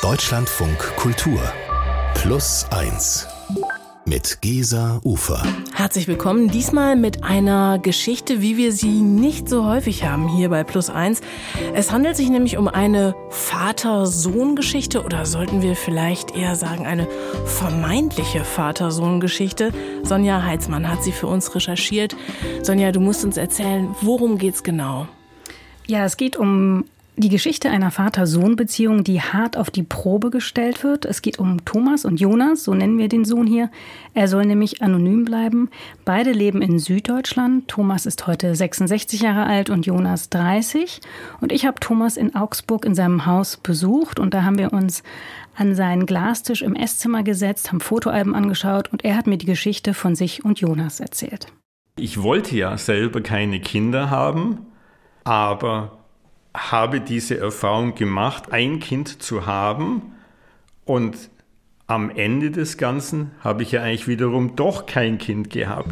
Deutschlandfunk Kultur Plus 1 mit Gesa Ufer. Herzlich willkommen, diesmal mit einer Geschichte, wie wir sie nicht so häufig haben hier bei Plus 1. Es handelt sich nämlich um eine Vater-Sohn-Geschichte oder sollten wir vielleicht eher sagen, eine vermeintliche Vater-Sohn-Geschichte. Sonja Heitzmann hat sie für uns recherchiert. Sonja, du musst uns erzählen, worum geht's genau? Ja, es geht um die Geschichte einer Vater-Sohn-Beziehung, die hart auf die Probe gestellt wird. Es geht um Thomas und Jonas, so nennen wir den Sohn hier. Er soll nämlich anonym bleiben. Beide leben in Süddeutschland. Thomas ist heute 66 Jahre alt und Jonas 30. Und ich habe Thomas in Augsburg in seinem Haus besucht. Und da haben wir uns an seinen Glastisch im Esszimmer gesetzt, haben Fotoalben angeschaut und er hat mir die Geschichte von sich und Jonas erzählt. Ich wollte ja selber keine Kinder haben, aber habe diese Erfahrung gemacht, ein Kind zu haben, und am Ende des Ganzen habe ich ja eigentlich wiederum doch kein Kind gehabt.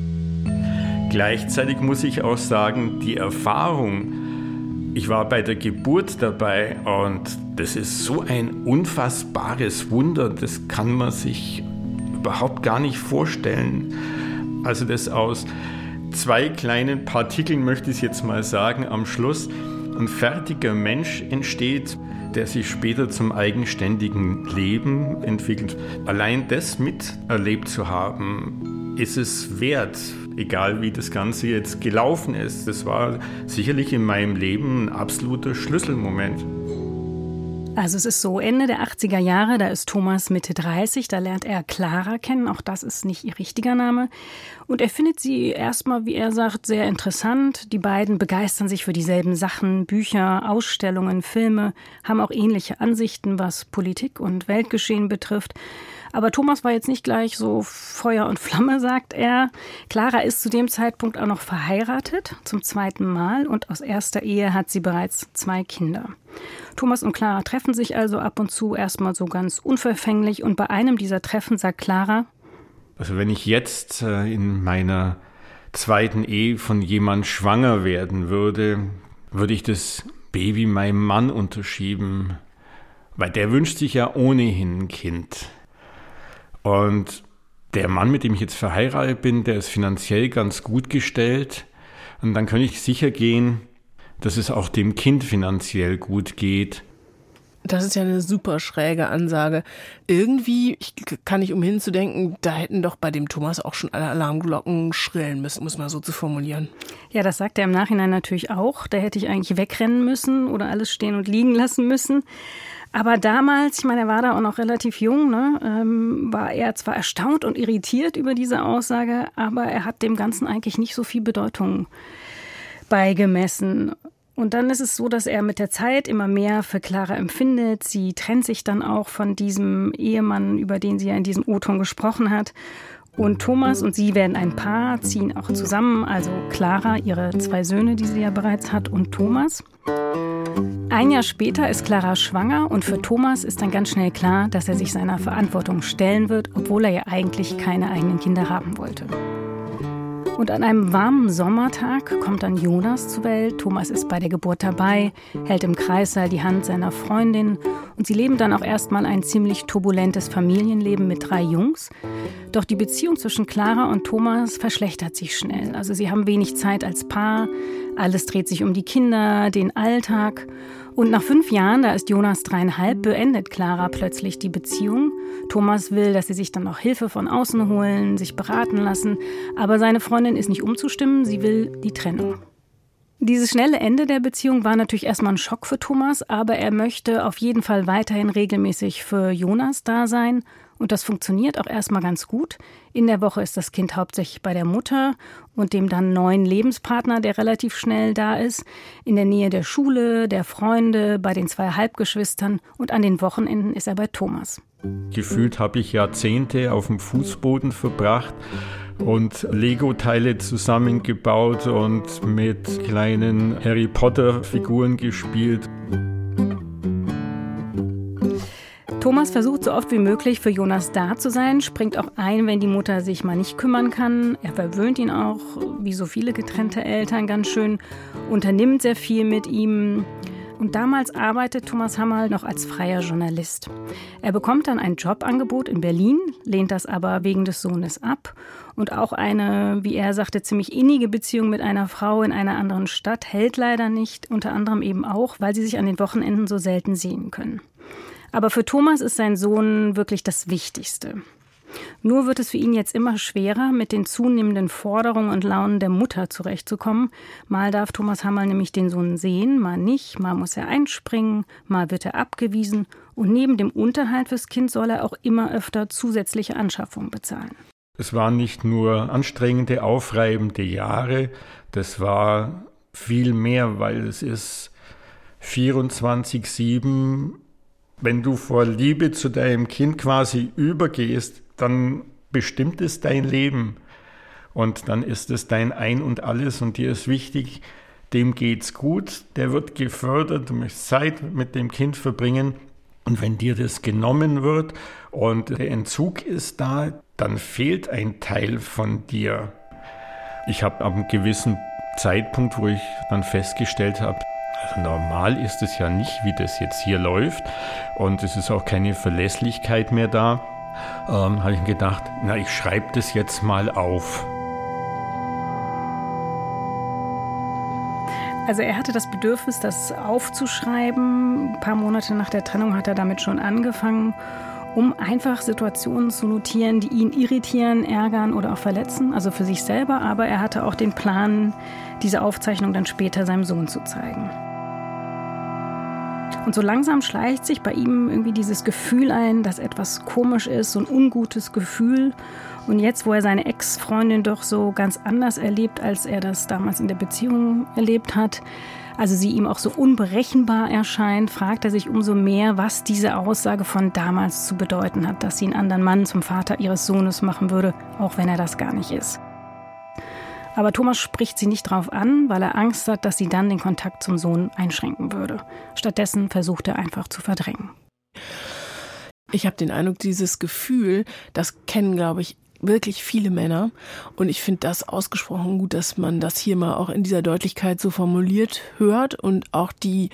Gleichzeitig muss ich auch sagen, die Erfahrung, ich war bei der Geburt dabei und das ist so ein unfassbares Wunder, das kann man sich überhaupt gar nicht vorstellen. Also das aus 2 kleinen Partikeln, möchte ich jetzt mal sagen, am Schluss ein fertiger Mensch entsteht, der sich später zum eigenständigen Leben entwickelt. Allein das miterlebt zu haben, ist es wert, egal wie das Ganze jetzt gelaufen ist. Das war sicherlich in meinem Leben ein absoluter Schlüsselmoment. Also es ist so, Ende der 80er Jahre, da ist Thomas Mitte 30, da lernt er Clara kennen, auch das ist nicht ihr richtiger Name. Und er findet sie erstmal, wie er sagt, sehr interessant. Die beiden begeistern sich für dieselben Sachen, Bücher, Ausstellungen, Filme, haben auch ähnliche Ansichten, was Politik und Weltgeschehen betrifft. Aber Thomas war jetzt nicht gleich so Feuer und Flamme, sagt er. Clara ist zu dem Zeitpunkt auch noch verheiratet, zum 2. Mal, und aus erster Ehe hat sie bereits 2 Kinder. Thomas und Clara treffen sich also ab und zu erstmal so ganz unverfänglich und bei einem dieser Treffen sagt Clara: Also wenn ich jetzt in meiner 2. Ehe von jemand schwanger werden würde, würde ich das Baby meinem Mann unterschieben, weil der wünscht sich ja ohnehin ein Kind. Und der Mann, mit dem ich jetzt verheiratet bin, der ist finanziell ganz gut gestellt. Und dann kann ich sicher gehen, dass es auch dem Kind finanziell gut geht. Das ist ja eine super schräge Ansage. Irgendwie, ich kann nicht umhin zu denken, da hätten doch bei dem Thomas auch schon alle Alarmglocken schrillen müssen, muss man so zu formulieren. Ja, das sagt er im Nachhinein natürlich auch. Da hätte ich eigentlich wegrennen müssen oder alles stehen und liegen lassen müssen. Aber damals, ich meine, er war da auch noch relativ jung, war er zwar erstaunt und irritiert über diese Aussage, aber er hat dem Ganzen eigentlich nicht so viel Bedeutung beigemessen. Und dann ist es so, dass er mit der Zeit immer mehr für Clara empfindet. Sie trennt sich dann auch von diesem Ehemann, über den sie ja in diesem O-Ton gesprochen hat. Und Thomas und sie werden ein Paar, ziehen auch zusammen, also Clara, ihre 2 Söhne, die sie ja bereits hat, und Thomas. Ein Jahr später ist Clara schwanger und für Thomas ist dann ganz schnell klar, dass er sich seiner Verantwortung stellen wird, obwohl er ja eigentlich keine eigenen Kinder haben wollte. Und an einem warmen Sommertag kommt dann Jonas zur Welt. Thomas ist bei der Geburt dabei, hält im Kreissaal die Hand seiner Freundin und sie leben dann auch erstmal ein ziemlich turbulentes Familienleben mit 3 Jungs. Doch die Beziehung zwischen Clara und Thomas verschlechtert sich schnell. Also sie haben wenig Zeit als Paar, alles dreht sich um die Kinder, den Alltag. Und nach 5 Jahren, da ist Jonas 3,5, beendet Clara plötzlich die Beziehung. Thomas will, dass sie sich dann auch Hilfe von außen holen, sich beraten lassen. Aber seine Freundin ist nicht umzustimmen, sie will die Trennung. Dieses schnelle Ende der Beziehung war natürlich erstmal ein Schock für Thomas, aber er möchte auf jeden Fall weiterhin regelmäßig für Jonas da sein. Und das funktioniert auch erstmal ganz gut. In der Woche ist das Kind hauptsächlich bei der Mutter und dem dann neuen Lebenspartner, der relativ schnell da ist. In der Nähe der Schule, der Freunde, bei den 2 Halbgeschwistern und an den Wochenenden ist er bei Thomas. Gefühlt habe ich Jahrzehnte auf dem Fußboden verbracht und Lego-Teile zusammengebaut und mit kleinen Harry Potter-Figuren gespielt. Thomas versucht so oft wie möglich für Jonas da zu sein, springt auch ein, wenn die Mutter sich mal nicht kümmern kann. Er verwöhnt ihn auch, wie so viele getrennte Eltern, ganz schön, unternimmt sehr viel mit ihm. Und damals arbeitet Thomas Hammerl noch als freier Journalist. Er bekommt dann ein Jobangebot in Berlin, lehnt das aber wegen des Sohnes ab. Und auch eine, wie er sagte, ziemlich innige Beziehung mit einer Frau in einer anderen Stadt hält leider nicht. Unter anderem eben auch, weil sie sich an den Wochenenden so selten sehen können. Aber für Thomas ist sein Sohn wirklich das Wichtigste. Nur wird es für ihn jetzt immer schwerer, mit den zunehmenden Forderungen und Launen der Mutter zurechtzukommen. Mal darf Thomas Hammerl nämlich den Sohn sehen, mal nicht, mal muss er einspringen, mal wird er abgewiesen. Und neben dem Unterhalt fürs Kind soll er auch immer öfter zusätzliche Anschaffungen bezahlen. Es waren nicht nur anstrengende, aufreibende Jahre, das war viel mehr, weil es ist 24/7. Wenn du vor Liebe zu deinem Kind quasi übergehst, dann bestimmt es dein Leben. Und dann ist es dein Ein und Alles und dir ist wichtig, dem geht's gut, der wird gefördert, du möchtest Zeit mit dem Kind verbringen. Und wenn dir das genommen wird und der Entzug ist da, dann fehlt ein Teil von dir. Ich habe ab einem gewissen Zeitpunkt, wo ich dann festgestellt habe, also normal ist es ja nicht, wie das jetzt hier läuft. Und es ist auch keine Verlässlichkeit mehr da. Habe ich mir gedacht, ich schreibe das jetzt mal auf. Also er hatte das Bedürfnis, das aufzuschreiben. Ein paar Monate nach der Trennung hat er damit schon angefangen, um einfach Situationen zu notieren, die ihn irritieren, ärgern oder auch verletzen, also für sich selber. Aber er hatte auch den Plan, diese Aufzeichnung dann später seinem Sohn zu zeigen. Und so langsam schleicht sich bei ihm irgendwie dieses Gefühl ein, dass etwas komisch ist, so ein ungutes Gefühl. Und jetzt, wo er seine Ex-Freundin doch so ganz anders erlebt, als er das damals in der Beziehung erlebt hat, also sie ihm auch so unberechenbar erscheint, fragt er sich umso mehr, was diese Aussage von damals zu bedeuten hat, dass sie einen anderen Mann zum Vater ihres Sohnes machen würde, auch wenn er das gar nicht ist. Aber Thomas spricht sie nicht drauf an, weil er Angst hat, dass sie dann den Kontakt zum Sohn einschränken würde. Stattdessen versucht er einfach zu verdrängen. Ich habe den Eindruck, dieses Gefühl, das kennen, glaube ich, wirklich viele Männer. Und ich finde das ausgesprochen gut, dass man das hier mal auch in dieser Deutlichkeit so formuliert hört und auch die,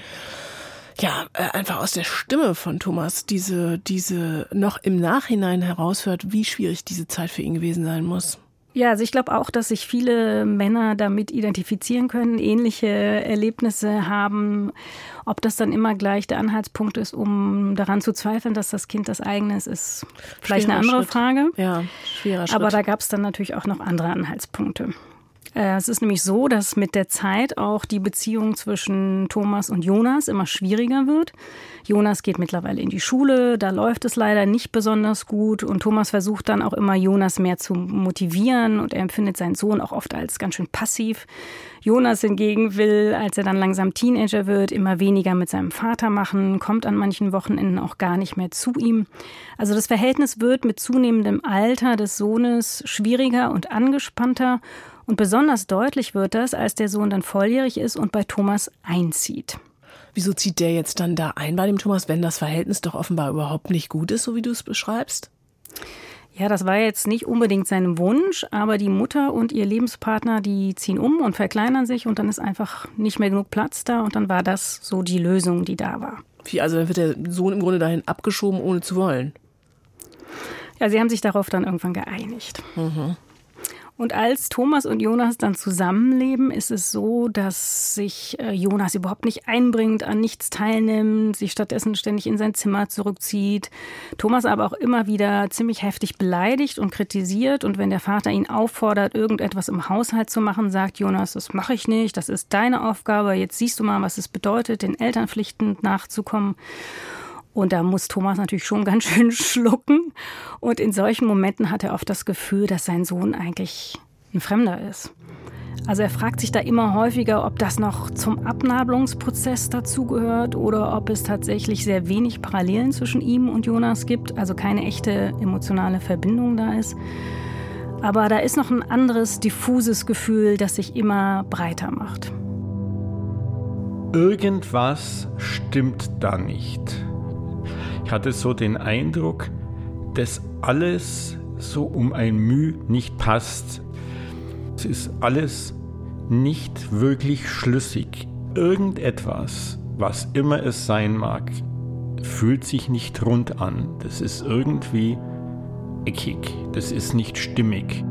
einfach aus der Stimme von Thomas diese noch im Nachhinein heraushört, wie schwierig diese Zeit für ihn gewesen sein muss. Ja, also ich glaube auch, dass sich viele Männer damit identifizieren können, ähnliche Erlebnisse haben. Ob das dann immer gleich der Anhaltspunkt ist, um daran zu zweifeln, dass das Kind das eigene ist vielleicht eine andere Frage. Ja, schwerer Schritt. Aber da gab es dann natürlich auch noch andere Anhaltspunkte. Es ist nämlich so, dass mit der Zeit auch die Beziehung zwischen Thomas und Jonas immer schwieriger wird. Jonas geht mittlerweile in die Schule, da läuft es leider nicht besonders gut und Thomas versucht dann auch immer, Jonas mehr zu motivieren und er empfindet seinen Sohn auch oft als ganz schön passiv. Jonas hingegen will, als er dann langsam Teenager wird, immer weniger mit seinem Vater machen, kommt an manchen Wochenenden auch gar nicht mehr zu ihm. Also das Verhältnis wird mit zunehmendem Alter des Sohnes schwieriger und angespannter. Und besonders deutlich wird das, als der Sohn dann volljährig ist und bei Thomas einzieht. Wieso zieht der jetzt dann da ein bei dem Thomas, wenn das Verhältnis doch offenbar überhaupt nicht gut ist, so wie du es beschreibst? Ja, das war jetzt nicht unbedingt sein Wunsch, aber die Mutter und ihr Lebenspartner, die ziehen um und verkleinern sich und dann ist einfach nicht mehr genug Platz da und dann war das so die Lösung, die da war. Wie, also dann wird der Sohn im Grunde dahin abgeschoben, ohne zu wollen? Ja, sie haben sich darauf dann irgendwann geeinigt. Mhm. Und als Thomas und Jonas dann zusammenleben, ist es so, dass sich Jonas überhaupt nicht einbringt, an nichts teilnimmt, sich stattdessen ständig in sein Zimmer zurückzieht. Thomas aber auch immer wieder ziemlich heftig beleidigt und kritisiert. Und wenn der Vater ihn auffordert, irgendetwas im Haushalt zu machen, sagt Jonas, das mache ich nicht, das ist deine Aufgabe. Jetzt siehst du mal, was es bedeutet, den Elternpflichten nachzukommen. Und da muss Thomas natürlich schon ganz schön schlucken. Und in solchen Momenten hat er oft das Gefühl, dass sein Sohn eigentlich ein Fremder ist. Also er fragt sich da immer häufiger, ob das noch zum Abnabelungsprozess dazugehört oder ob es tatsächlich sehr wenig Parallelen zwischen ihm und Jonas gibt, also keine echte emotionale Verbindung da ist. Aber da ist noch ein anderes, diffuses Gefühl, das sich immer breiter macht. Irgendwas stimmt da nicht. Ich hatte so den Eindruck, dass alles so um ein Mühe nicht passt. Es ist alles nicht wirklich schlüssig. Irgendetwas was immer es sein mag, fühlt sich nicht rund an. Das ist irgendwie eckig, das ist nicht stimmig.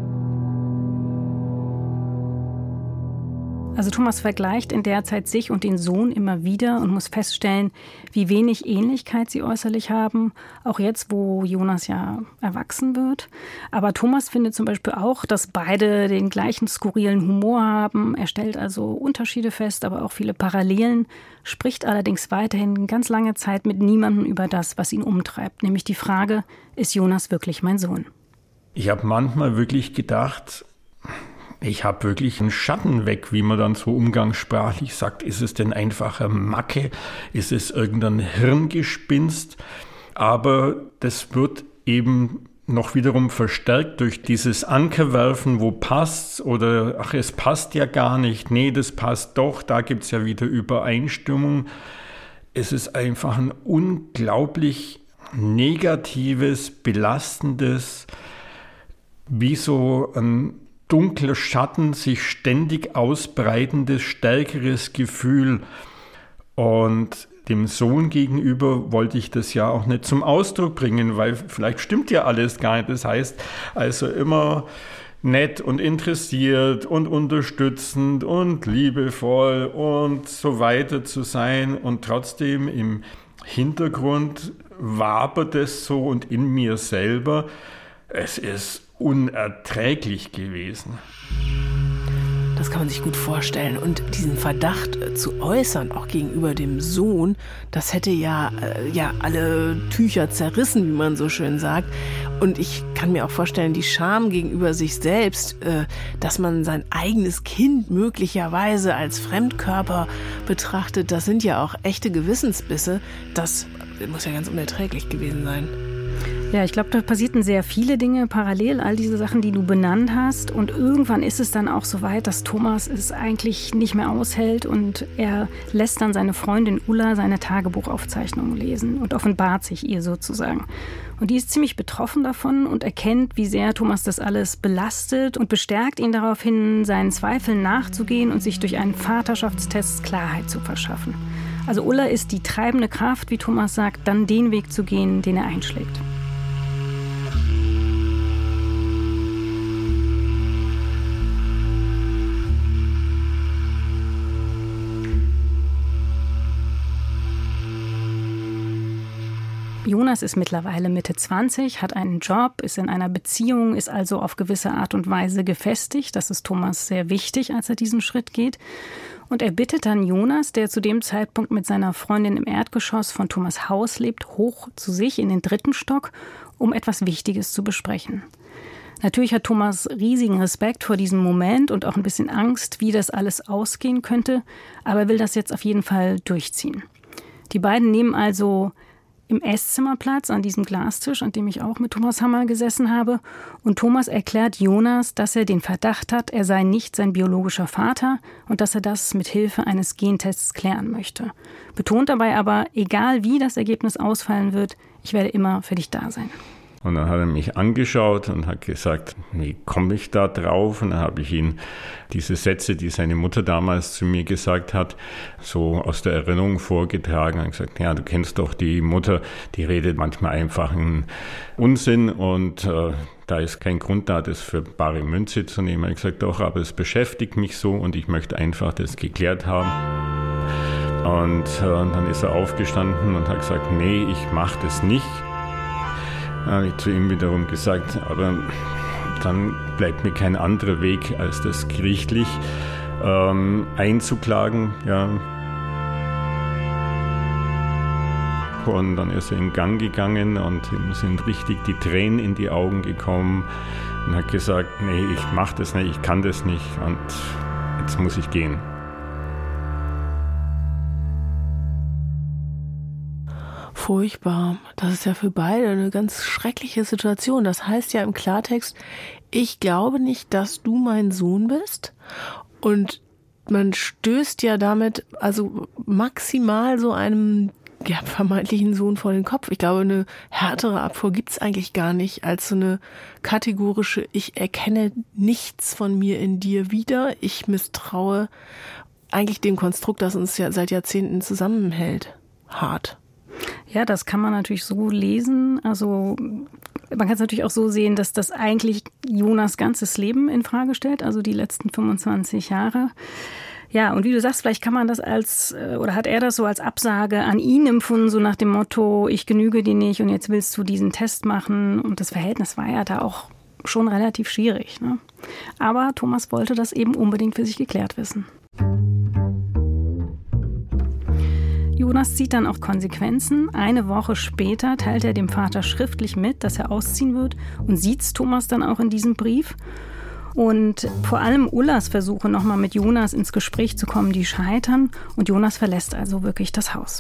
Also Thomas vergleicht in der Zeit sich und den Sohn immer wieder und muss feststellen, wie wenig Ähnlichkeit sie äußerlich haben, auch jetzt, wo Jonas ja erwachsen wird. Aber Thomas findet zum Beispiel auch, dass beide den gleichen skurrilen Humor haben. Er stellt also Unterschiede fest, aber auch viele Parallelen, spricht allerdings weiterhin ganz lange Zeit mit niemandem über das, was ihn umtreibt, nämlich die Frage, ist Jonas wirklich mein Sohn? Ich habe manchmal wirklich gedacht, ich habe wirklich einen Schatten weg, wie man dann so umgangssprachlich sagt. Ist es denn einfache Macke? Ist es irgendein Hirngespinst? Aber das wird eben noch wiederum verstärkt durch dieses Ankerwerfen, wo passt's oder ach, es passt ja gar nicht. Nee, das passt doch, da gibt's ja wieder Übereinstimmung. Es ist einfach ein unglaublich negatives, belastendes, wie so ein dunkler Schatten, sich ständig ausbreitendes, stärkeres Gefühl. Und dem Sohn gegenüber wollte ich das ja auch nicht zum Ausdruck bringen, weil vielleicht stimmt ja alles gar nicht. Das heißt also immer nett und interessiert und unterstützend und liebevoll und so weiter zu sein. Und trotzdem im Hintergrund wabert es so und in mir selber, es ist unerträglich gewesen. Das kann man sich gut vorstellen. Und diesen Verdacht zu äußern, auch gegenüber dem Sohn, das hätte ja alle Tücher zerrissen, wie man so schön sagt. Und ich kann mir auch vorstellen, die Scham gegenüber sich selbst, dass man sein eigenes Kind möglicherweise als Fremdkörper betrachtet, das sind ja auch echte Gewissensbisse. Das muss ja ganz unerträglich gewesen sein. Ja, ich glaube, da passierten sehr viele Dinge parallel, all diese Sachen, die du benannt hast. Und irgendwann ist es dann auch so weit, dass Thomas es eigentlich nicht mehr aushält und er lässt dann seine Freundin Ulla seine Tagebuchaufzeichnungen lesen und offenbart sich ihr sozusagen. Und die ist ziemlich betroffen davon und erkennt, wie sehr Thomas das alles belastet und bestärkt ihn daraufhin, seinen Zweifeln nachzugehen und sich durch einen Vaterschaftstest Klarheit zu verschaffen. Also Ulla ist die treibende Kraft, wie Thomas sagt, dann den Weg zu gehen, den er einschlägt. Jonas ist mittlerweile Mitte 20, hat einen Job, ist in einer Beziehung, ist also auf gewisse Art und Weise gefestigt. Das ist Thomas sehr wichtig, als er diesen Schritt geht. Und er bittet dann Jonas, der zu dem Zeitpunkt mit seiner Freundin im Erdgeschoss von Thomas' Haus lebt, hoch zu sich in den 3. Stock, um etwas Wichtiges zu besprechen. Natürlich hat Thomas riesigen Respekt vor diesem Moment und auch ein bisschen Angst, wie das alles ausgehen könnte, aber er will das jetzt auf jeden Fall durchziehen. Die beiden nehmen also im Esszimmer Platz an diesem Glastisch, an dem ich auch mit Thomas Hammer gesessen habe. Und Thomas erklärt Jonas, dass er den Verdacht hat, er sei nicht sein biologischer Vater und dass er das mit Hilfe eines Gentests klären möchte. Betont dabei aber, egal wie das Ergebnis ausfallen wird, ich werde immer für dich da sein. Und dann hat er mich angeschaut und hat gesagt, wie komme ich da drauf? Und dann habe ich ihm diese Sätze, die seine Mutter damals zu mir gesagt hat, so aus der Erinnerung vorgetragen. Und gesagt, ja, du kennst doch die Mutter, die redet manchmal einfach einen Unsinn und da ist kein Grund da, das für bare Münze zu nehmen. Ich habe gesagt, doch, aber es beschäftigt mich so und ich möchte einfach das geklärt haben. Und dann ist er aufgestanden und hat gesagt, nee, ich mache das nicht. Dann habe ich zu ihm wiederum gesagt, aber dann bleibt mir kein anderer Weg, als das gerichtlich einzuklagen. Ja. Und dann ist er in Gang gegangen und ihm sind richtig die Tränen in die Augen gekommen und hat gesagt, nee, ich mache das nicht, ich kann das nicht und jetzt muss ich gehen. Furchtbar. Das ist ja für beide eine ganz schreckliche Situation. Das heißt ja im Klartext, ich glaube nicht, dass du mein Sohn bist. Und man stößt ja damit also maximal so einem vermeintlichen Sohn vor den Kopf. Ich glaube, eine härtere Abfuhr gibt's eigentlich gar nicht als so eine kategorische, ich erkenne nichts von mir in dir wieder, ich misstraue eigentlich dem Konstrukt, das uns ja seit Jahrzehnten zusammenhält, hart. Ja, das kann man natürlich so lesen. Also man kann es natürlich auch so sehen, dass das eigentlich Jonas ganzes Leben in Frage stellt, also die letzten 25 Jahre. Ja, und wie du sagst, vielleicht kann man das oder hat er das so als Absage an ihn empfunden, so nach dem Motto, ich genüge dir nicht und jetzt willst du diesen Test machen. Und das Verhältnis war ja da auch schon relativ schwierig, ne? Aber Thomas wollte das eben unbedingt für sich geklärt wissen. Jonas zieht dann auch Konsequenzen. Eine Woche später teilt er dem Vater schriftlich mit, dass er ausziehen wird und sieht's Thomas dann auch in diesem Brief. Und vor allem Ullas Versuche, nochmal mit Jonas ins Gespräch zu kommen, die scheitern. Und Jonas verlässt also wirklich das Haus.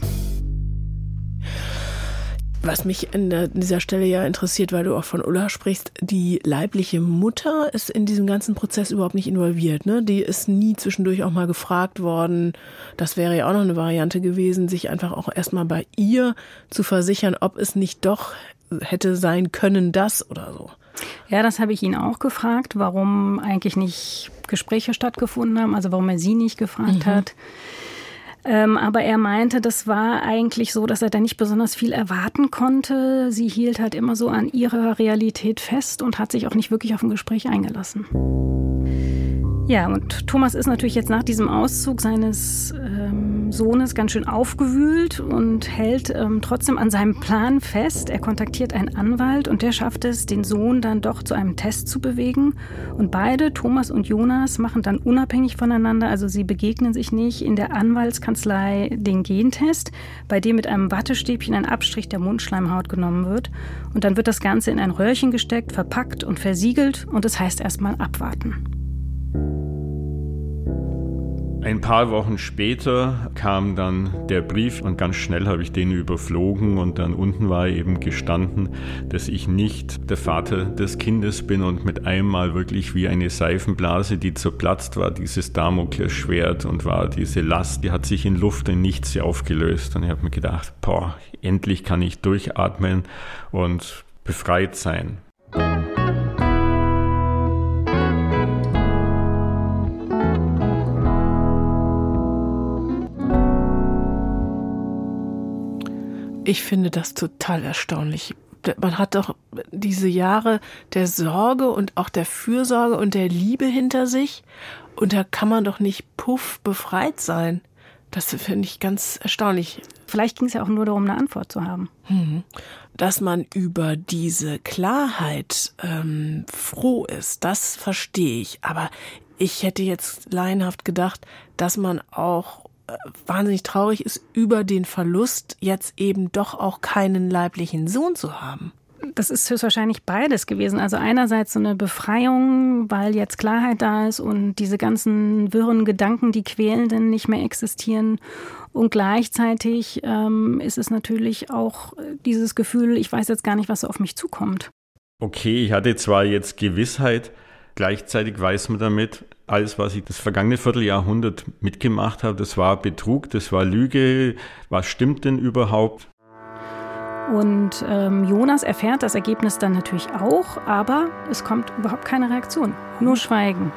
Was mich an dieser Stelle ja interessiert, weil du auch von Ulla sprichst, die leibliche Mutter ist in diesem ganzen Prozess überhaupt nicht involviert, ne? Die ist nie zwischendurch auch mal gefragt worden. Das wäre ja auch noch eine Variante gewesen, sich einfach auch erstmal bei ihr zu versichern, ob es nicht doch hätte sein können, das oder so. Ja, das habe ich ihn auch gefragt, warum eigentlich nicht Gespräche stattgefunden haben, also warum er sie nicht gefragt hat. Aber er meinte, das war eigentlich so, dass er da nicht besonders viel erwarten konnte. Sie hielt halt immer so an ihrer Realität fest und hat sich auch nicht wirklich auf ein Gespräch eingelassen. Ja, und Thomas ist natürlich jetzt nach diesem Auszug seines Sohnes ganz schön aufgewühlt und hält trotzdem an seinem Plan fest. Er kontaktiert einen Anwalt und der schafft es, den Sohn dann doch zu einem Test zu bewegen. Und beide, Thomas und Jonas, machen dann unabhängig voneinander, also sie begegnen sich nicht, in der Anwaltskanzlei den Gentest, bei dem mit einem Wattestäbchen ein Abstrich der Mundschleimhaut genommen wird. Und dann wird das Ganze in ein Röhrchen gesteckt, verpackt und versiegelt und das heißt erstmal abwarten. Ein paar Wochen später kam dann der Brief und ganz schnell habe ich den überflogen und dann unten war eben gestanden, dass ich nicht der Vater des Kindes bin und mit einmal wirklich wie eine Seifenblase, die zerplatzt war, dieses Damoklesschwert und war diese Last, die hat sich in Luft in nichts aufgelöst und ich habe mir gedacht, endlich kann ich durchatmen und befreit sein. Ich finde das total erstaunlich. Man hat doch diese Jahre der Sorge und auch der Fürsorge und der Liebe hinter sich und da kann man doch nicht befreit sein. Das finde ich ganz erstaunlich. Vielleicht ging es ja auch nur darum, eine Antwort zu haben. Dass man über diese Klarheit froh ist, das verstehe ich. Aber ich hätte jetzt laienhaft gedacht, dass man auch wahnsinnig traurig ist über den Verlust, jetzt eben doch auch keinen leiblichen Sohn zu haben. Das ist höchstwahrscheinlich beides gewesen. Also einerseits so eine Befreiung, weil jetzt Klarheit da ist und diese ganzen wirren Gedanken, die quälenden, nicht mehr existieren. Und gleichzeitig ist es natürlich auch dieses Gefühl, ich weiß jetzt gar nicht, was so auf mich zukommt. Okay, ich hatte zwar jetzt Gewissheit, gleichzeitig weiß man damit, alles, was ich das vergangene Vierteljahrhundert mitgemacht habe, das war Betrug, das war Lüge. Was stimmt denn überhaupt? Und Jonas erfährt das Ergebnis dann natürlich auch, aber es kommt überhaupt keine Reaktion, nur Schweigen.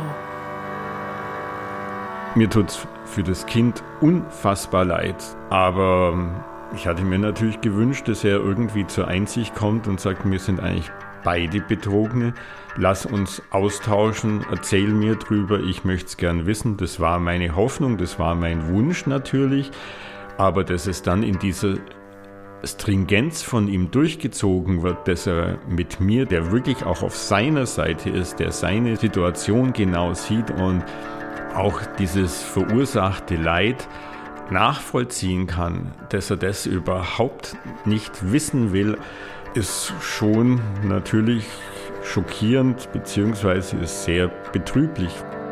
Mir tut's für das Kind unfassbar leid, aber ich hatte mir natürlich gewünscht, dass er irgendwie zur Einsicht kommt und sagt, wir sind eigentlich beide Betrogene. Lass uns austauschen, erzähl mir drüber, ich möchte es gern wissen. Das war meine Hoffnung, das war mein Wunsch natürlich. Aber dass es dann in dieser Stringenz von ihm durchgezogen wird, dass er mit mir, der wirklich auch auf seiner Seite ist, der seine Situation genau sieht und auch dieses verursachte Leid nachvollziehen kann, dass er das überhaupt nicht wissen will, ist schon natürlich schockierend bzw. ist sehr betrüblich.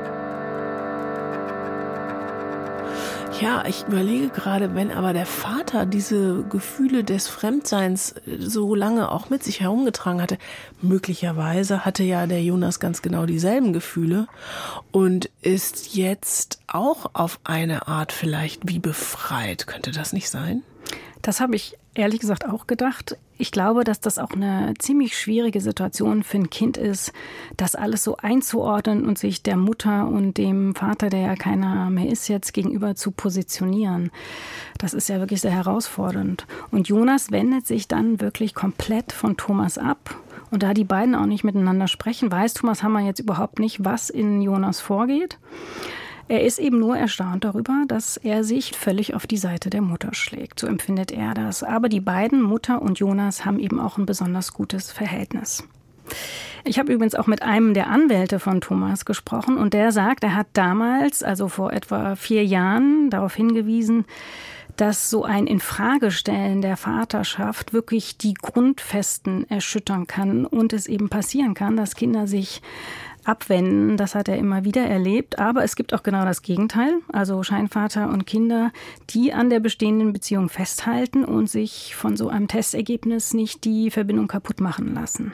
Ja, ich überlege gerade, wenn aber der Vater diese Gefühle des Fremdseins so lange auch mit sich herumgetragen hatte, möglicherweise hatte ja der Jonas ganz genau dieselben Gefühle und ist jetzt auch auf eine Art vielleicht wie befreit. Könnte das nicht sein? Das habe ich ehrlich gesagt auch gedacht. Ich glaube, dass das auch eine ziemlich schwierige Situation für ein Kind ist, das alles so einzuordnen und sich der Mutter und dem Vater, der ja keiner mehr ist, jetzt gegenüber zu positionieren. Das ist ja wirklich sehr herausfordernd. Und Jonas wendet sich dann wirklich komplett von Thomas ab. Und da die beiden auch nicht miteinander sprechen, weiß Thomas Hammer jetzt überhaupt nicht, was in Jonas vorgeht. Er ist eben nur erstaunt darüber, dass er sich völlig auf die Seite der Mutter schlägt. So empfindet er das. Aber die beiden, Mutter und Jonas, haben eben auch ein besonders gutes Verhältnis. Ich habe übrigens auch mit einem der Anwälte von Thomas gesprochen und der sagt, er hat damals, also vor etwa 4 Jahren, darauf hingewiesen, dass so ein Infragestellen der Vaterschaft wirklich die Grundfesten erschüttern kann und es eben passieren kann, dass Kinder sich abwenden. Das hat er immer wieder erlebt. Aber es gibt auch genau das Gegenteil. Also Scheinvater und Kinder, die an der bestehenden Beziehung festhalten und sich von so einem Testergebnis nicht die Verbindung kaputt machen lassen.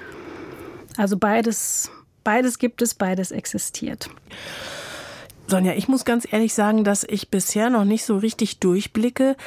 Also beides gibt es, beides existiert. Sonja, ich muss ganz ehrlich sagen, dass ich bisher noch nicht so richtig durchblicke,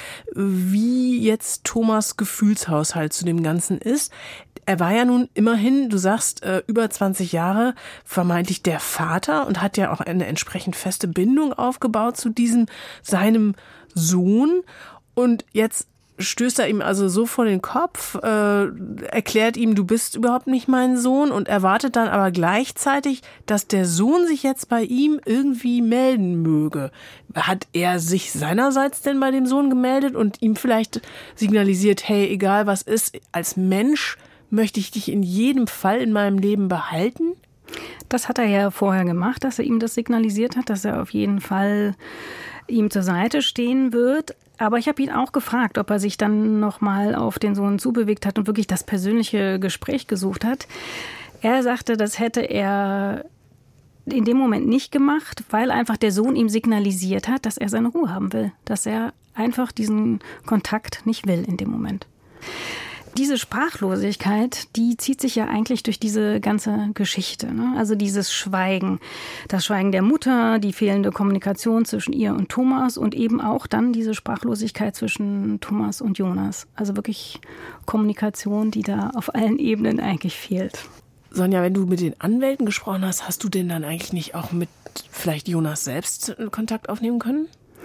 wie jetzt Thomas' Gefühlshaushalt zu dem Ganzen ist. Er war ja nun immerhin, du sagst, über 20 Jahre vermeintlich der Vater und hat ja auch eine entsprechend feste Bindung aufgebaut zu seinem Sohn. Und jetzt stößt er ihm also so vor den Kopf, erklärt ihm, du bist überhaupt nicht mein Sohn und erwartet dann aber gleichzeitig, dass der Sohn sich jetzt bei ihm irgendwie melden möge. Hat er sich seinerseits denn bei dem Sohn gemeldet und ihm vielleicht signalisiert, hey, egal was ist, als Mensch möchte ich dich in jedem Fall in meinem Leben behalten? Das hat er ja vorher gemacht, dass er ihm das signalisiert hat, dass er auf jeden Fall ihm zur Seite stehen wird. Aber ich habe ihn auch gefragt, ob er sich dann nochmal auf den Sohn zubewegt hat und wirklich das persönliche Gespräch gesucht hat. Er sagte, das hätte er in dem Moment nicht gemacht, weil einfach der Sohn ihm signalisiert hat, dass er seine Ruhe haben will, dass er einfach diesen Kontakt nicht will in dem Moment. Diese Sprachlosigkeit, die zieht sich ja eigentlich durch diese ganze Geschichte, ne? Also dieses Schweigen, das Schweigen der Mutter, die fehlende Kommunikation zwischen ihr und Thomas und eben auch dann diese Sprachlosigkeit zwischen Thomas und Jonas. Also wirklich Kommunikation, die da auf allen Ebenen eigentlich fehlt. Sonja, wenn du mit den Anwälten gesprochen hast, hast du denn dann eigentlich nicht auch mit vielleicht Jonas selbst Kontakt aufnehmen können?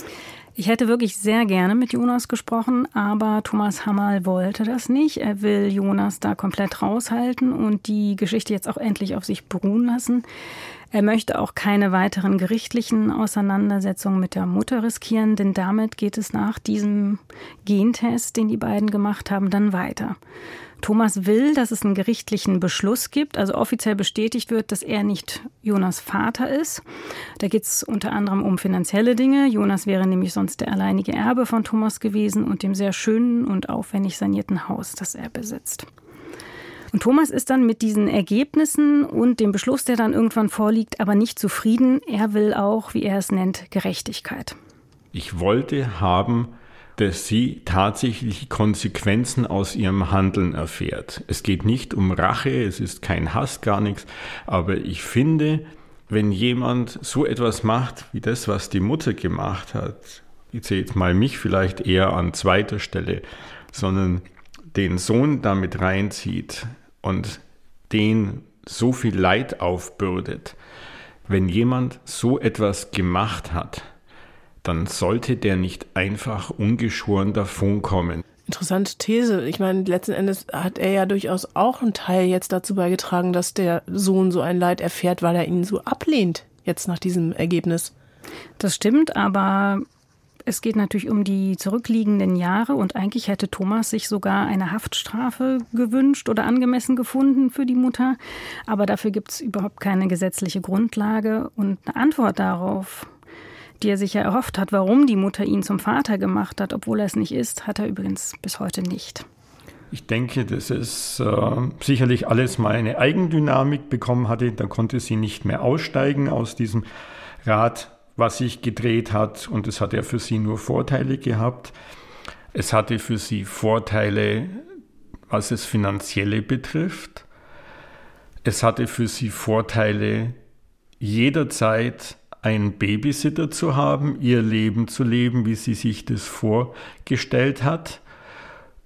Ich hätte wirklich sehr gerne mit Jonas gesprochen, aber Thomas Hammerl wollte das nicht. Er will Jonas da komplett raushalten und die Geschichte jetzt auch endlich auf sich beruhen lassen. Er möchte auch keine weiteren gerichtlichen Auseinandersetzungen mit der Mutter riskieren, denn damit geht es nach diesem Gentest, den die beiden gemacht haben, dann weiter. Thomas will, dass es einen gerichtlichen Beschluss gibt, also offiziell bestätigt wird, dass er nicht Jonas Vater ist. Da geht es unter anderem um finanzielle Dinge. Jonas wäre nämlich sonst der alleinige Erbe von Thomas gewesen und dem sehr schönen und aufwendig sanierten Haus, das er besitzt. Und Thomas ist dann mit diesen Ergebnissen und dem Beschluss, der dann irgendwann vorliegt, aber nicht zufrieden. Er will auch, wie er es nennt, Gerechtigkeit. Ich wollte haben, dass sie tatsächlich Konsequenzen aus ihrem Handeln erfährt. Es geht nicht um Rache, es ist kein Hass, gar nichts. Aber ich finde, wenn jemand so etwas macht, wie das, was die Mutter gemacht hat, ich sehe jetzt mal mich vielleicht eher an zweiter Stelle, sondern den Sohn damit reinzieht und den so viel Leid aufbürdet, wenn jemand so etwas gemacht hat, dann sollte der nicht einfach ungeschoren davonkommen. Interessante These. Ich meine, letzten Endes hat er ja durchaus auch einen Teil jetzt dazu beigetragen, dass der Sohn so ein Leid erfährt, weil er ihn so ablehnt, jetzt nach diesem Ergebnis. Das stimmt, aber es geht natürlich um die zurückliegenden Jahre und eigentlich hätte Thomas sich sogar eine Haftstrafe gewünscht oder angemessen gefunden für die Mutter. Aber dafür gibt es überhaupt keine gesetzliche Grundlage und eine Antwort darauf, die er sich ja erhofft hat, warum die Mutter ihn zum Vater gemacht hat, obwohl er es nicht ist, hat er übrigens bis heute nicht. Ich denke, dass es sicherlich alles mal eine Eigendynamik bekommen hatte. Da konnte sie nicht mehr aussteigen aus diesem Rad, was sich gedreht hat. Und es hat ja für sie nur Vorteile gehabt. Es hatte für sie Vorteile, was es Finanzielle betrifft. Es hatte für sie Vorteile, jederzeit einen Babysitter zu haben, ihr Leben zu leben, wie sie sich das vorgestellt hat.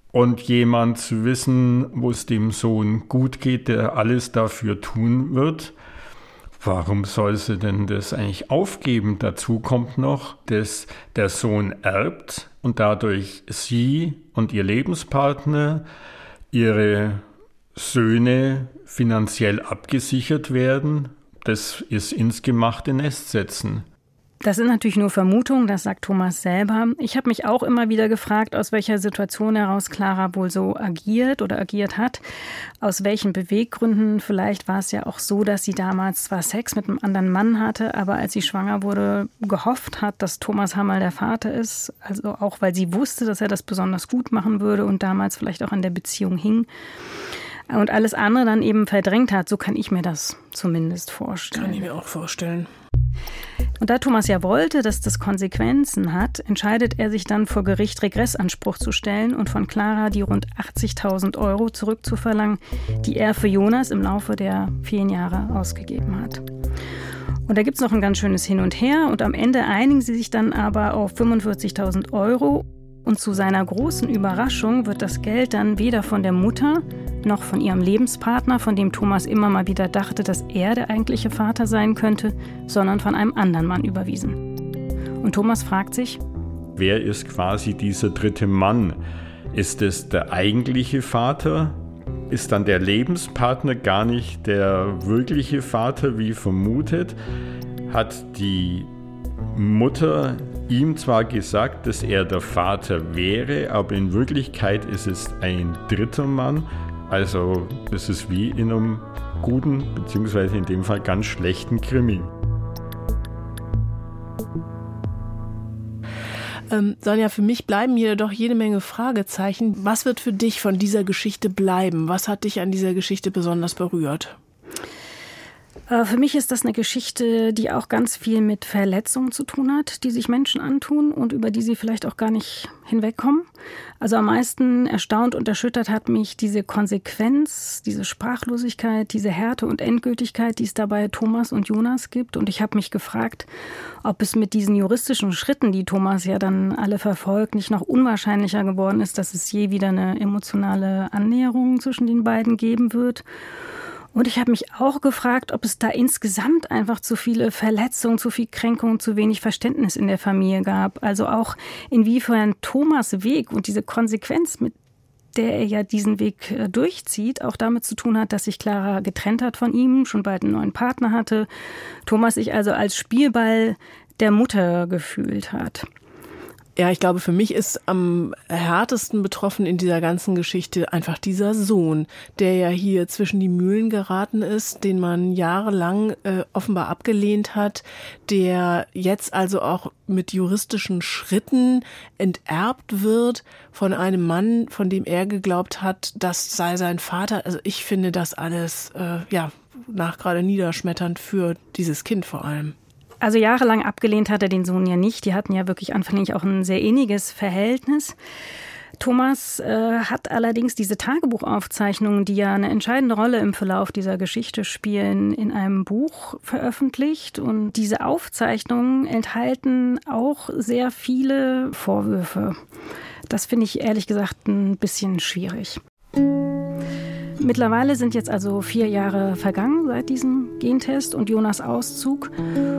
und jemand zu wissen, wo es dem Sohn gut geht, der alles dafür tun wird. Warum soll sie denn das eigentlich aufgeben? Dazu kommt noch, dass der Sohn erbt und dadurch sie und ihr Lebenspartner, ihre Söhne finanziell abgesichert werden. Das ist ins gemachte Nest setzen. Das sind natürlich nur Vermutungen, das sagt Thomas selber. Ich habe mich auch immer wieder gefragt, aus welcher Situation heraus Clara wohl so agiert oder agiert hat. Aus welchen Beweggründen. Vielleicht war es ja auch so, dass sie damals zwar Sex mit einem anderen Mann hatte, aber als sie schwanger wurde, gehofft hat, dass Thomas Hammerl der Vater ist. Also auch, weil sie wusste, dass er das besonders gut machen würde und damals vielleicht auch an der Beziehung hing. Und alles andere dann eben verdrängt hat. So kann ich mir das zumindest vorstellen. Kann ich mir auch vorstellen. Und da Thomas ja wollte, dass das Konsequenzen hat, entscheidet er sich dann vor Gericht Regressanspruch zu stellen und von Clara die rund 80.000 € zurückzuverlangen, die er für Jonas im Laufe der vielen Jahre ausgegeben hat. Und da gibt es noch ein ganz schönes Hin und Her und am Ende einigen sie sich dann aber auf 45.000 € und zu seiner großen Überraschung wird das Geld dann weder von der Mutter noch von ihrem Lebenspartner, von dem Thomas immer mal wieder dachte, dass er der eigentliche Vater sein könnte, sondern von einem anderen Mann überwiesen. Und Thomas fragt sich, wer ist quasi dieser dritte Mann? Ist es der eigentliche Vater? Ist dann der Lebenspartner gar nicht der wirkliche Vater, wie vermutet? Hat die Mutter ihm zwar gesagt, dass er der Vater wäre, aber in Wirklichkeit ist es ein dritter Mann. Also das ist wie in einem guten, beziehungsweise in dem Fall ganz schlechten Krimi. Sonja, für mich bleiben hier doch jede Menge Fragezeichen. Was wird für dich von dieser Geschichte bleiben? Was hat dich an dieser Geschichte besonders berührt? Für mich ist das eine Geschichte, die auch ganz viel mit Verletzungen zu tun hat, die sich Menschen antun und über die sie vielleicht auch gar nicht hinwegkommen. Also am meisten erstaunt und erschüttert hat mich diese Konsequenz, diese Sprachlosigkeit, diese Härte und Endgültigkeit, die es da bei Thomas und Jonas gibt. Und ich habe mich gefragt, ob es mit diesen juristischen Schritten, die Thomas ja dann alle verfolgt, nicht noch unwahrscheinlicher geworden ist, dass es je wieder eine emotionale Annäherung zwischen den beiden geben wird. Und ich habe mich auch gefragt, ob es da insgesamt einfach zu viele Verletzungen, zu viel Kränkung, zu wenig Verständnis in der Familie gab. Also auch inwiefern Thomas' Weg und diese Konsequenz, mit der er ja diesen Weg durchzieht, auch damit zu tun hat, dass sich Clara getrennt hat von ihm, schon bald einen neuen Partner hatte. Thomas sich also als Spielball der Mutter gefühlt hat. Ja, ich glaube, für mich ist am härtesten betroffen in dieser ganzen Geschichte einfach dieser Sohn, der ja hier zwischen die Mühlen geraten ist, den man jahrelang offenbar abgelehnt hat, der jetzt also auch mit juristischen Schritten enterbt wird von einem Mann, von dem er geglaubt hat, das sei sein Vater. Also ich finde das alles nachgerade niederschmetternd für dieses Kind vor allem. Also jahrelang abgelehnt hat er den Sohn ja nicht. Die hatten ja wirklich anfänglich auch ein sehr inniges Verhältnis. Thomas hat allerdings diese Tagebuchaufzeichnungen, die ja eine entscheidende Rolle im Verlauf dieser Geschichte spielen, in einem Buch veröffentlicht. Und diese Aufzeichnungen enthalten auch sehr viele Vorwürfe. Das finde ich ehrlich gesagt ein bisschen schwierig. Mittlerweile sind jetzt also 4 Jahre vergangen seit diesem Gentest und Jonas' Auszug.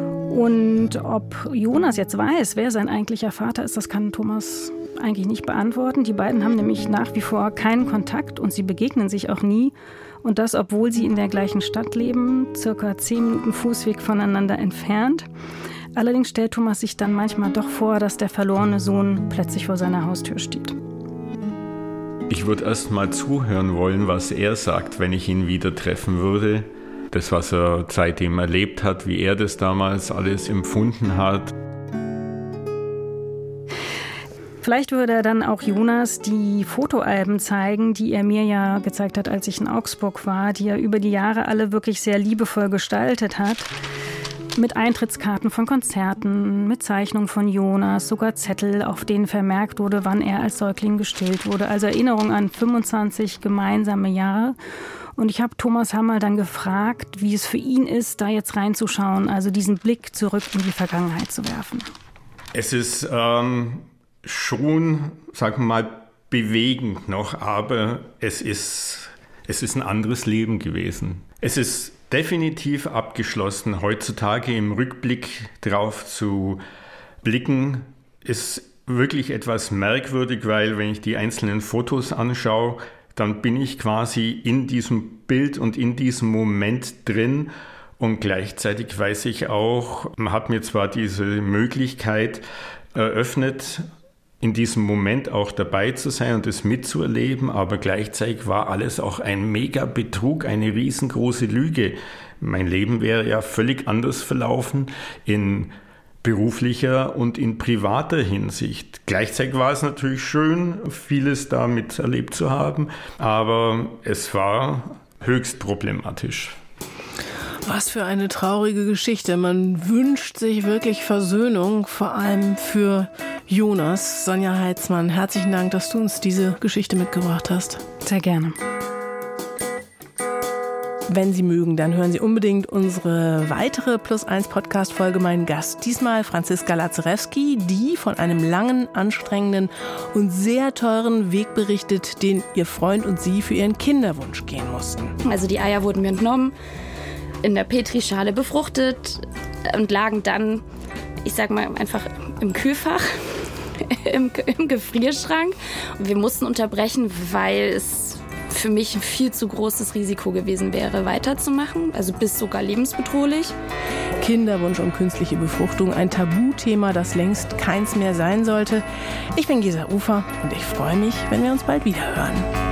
Und ob Jonas jetzt weiß, wer sein eigentlicher Vater ist, das kann Thomas eigentlich nicht beantworten. Die beiden haben nämlich nach wie vor keinen Kontakt und sie begegnen sich auch nie. Und das, obwohl sie in der gleichen Stadt leben, circa 10 Minuten Fußweg voneinander entfernt. Allerdings stellt Thomas sich dann manchmal doch vor, dass der verlorene Sohn plötzlich vor seiner Haustür steht. Ich würde erst mal zuhören wollen, was er sagt, wenn ich ihn wieder treffen würde. Das, was er seitdem erlebt hat, wie er das damals alles empfunden hat. Vielleicht würde er dann auch Jonas die Fotoalben zeigen, die er mir ja gezeigt hat, als ich in Augsburg war, die er über die Jahre alle wirklich sehr liebevoll gestaltet hat. Mit Eintrittskarten von Konzerten, mit Zeichnungen von Jonas, sogar Zettel, auf denen vermerkt wurde, wann er als Säugling gestillt wurde. Also Erinnerung an 25 gemeinsame Jahre. Und ich habe Thomas Hammerl dann gefragt, wie es für ihn ist, da jetzt reinzuschauen, also diesen Blick zurück in die Vergangenheit zu werfen. Es ist schon, sagen wir mal, bewegend noch, aber es ist ein anderes Leben gewesen. Es ist definitiv abgeschlossen. Heutzutage im Rückblick drauf zu blicken, ist wirklich etwas merkwürdig, weil wenn ich die einzelnen Fotos anschaue, dann bin ich quasi in diesem Bild und in diesem Moment drin. Und gleichzeitig weiß ich auch, man hat mir zwar diese Möglichkeit eröffnet, in diesem Moment auch dabei zu sein und es mitzuerleben, aber gleichzeitig war alles auch ein Mega-Betrug, eine riesengroße Lüge. Mein Leben wäre ja völlig anders verlaufen in beruflicher und in privater Hinsicht. Gleichzeitig war es natürlich schön, vieles damit erlebt zu haben, aber es war höchst problematisch. Was für eine traurige Geschichte. Man wünscht sich wirklich Versöhnung, vor allem für Jonas. Sonja Heitzmann, herzlichen Dank, dass du uns diese Geschichte mitgebracht hast. Sehr gerne. Wenn Sie mögen, dann hören Sie unbedingt unsere weitere Plus1-Podcast-Folge. Mein Gast diesmal Franziska Lazarewski, die von einem langen, anstrengenden und sehr teuren Weg berichtet, den ihr Freund und sie für ihren Kinderwunsch gehen mussten. Also die Eier wurden mir entnommen, in der Petrischale befruchtet und lagen dann, ich sag mal, einfach im Kühlfach, im Gefrierschrank. Und wir mussten unterbrechen, weil es für mich ein viel zu großes Risiko gewesen wäre, weiterzumachen, also bis sogar lebensbedrohlich. Kinderwunsch und künstliche Befruchtung, ein Tabuthema, das längst keins mehr sein sollte. Ich bin Gesa Ufer und ich freue mich, wenn wir uns bald wieder hören.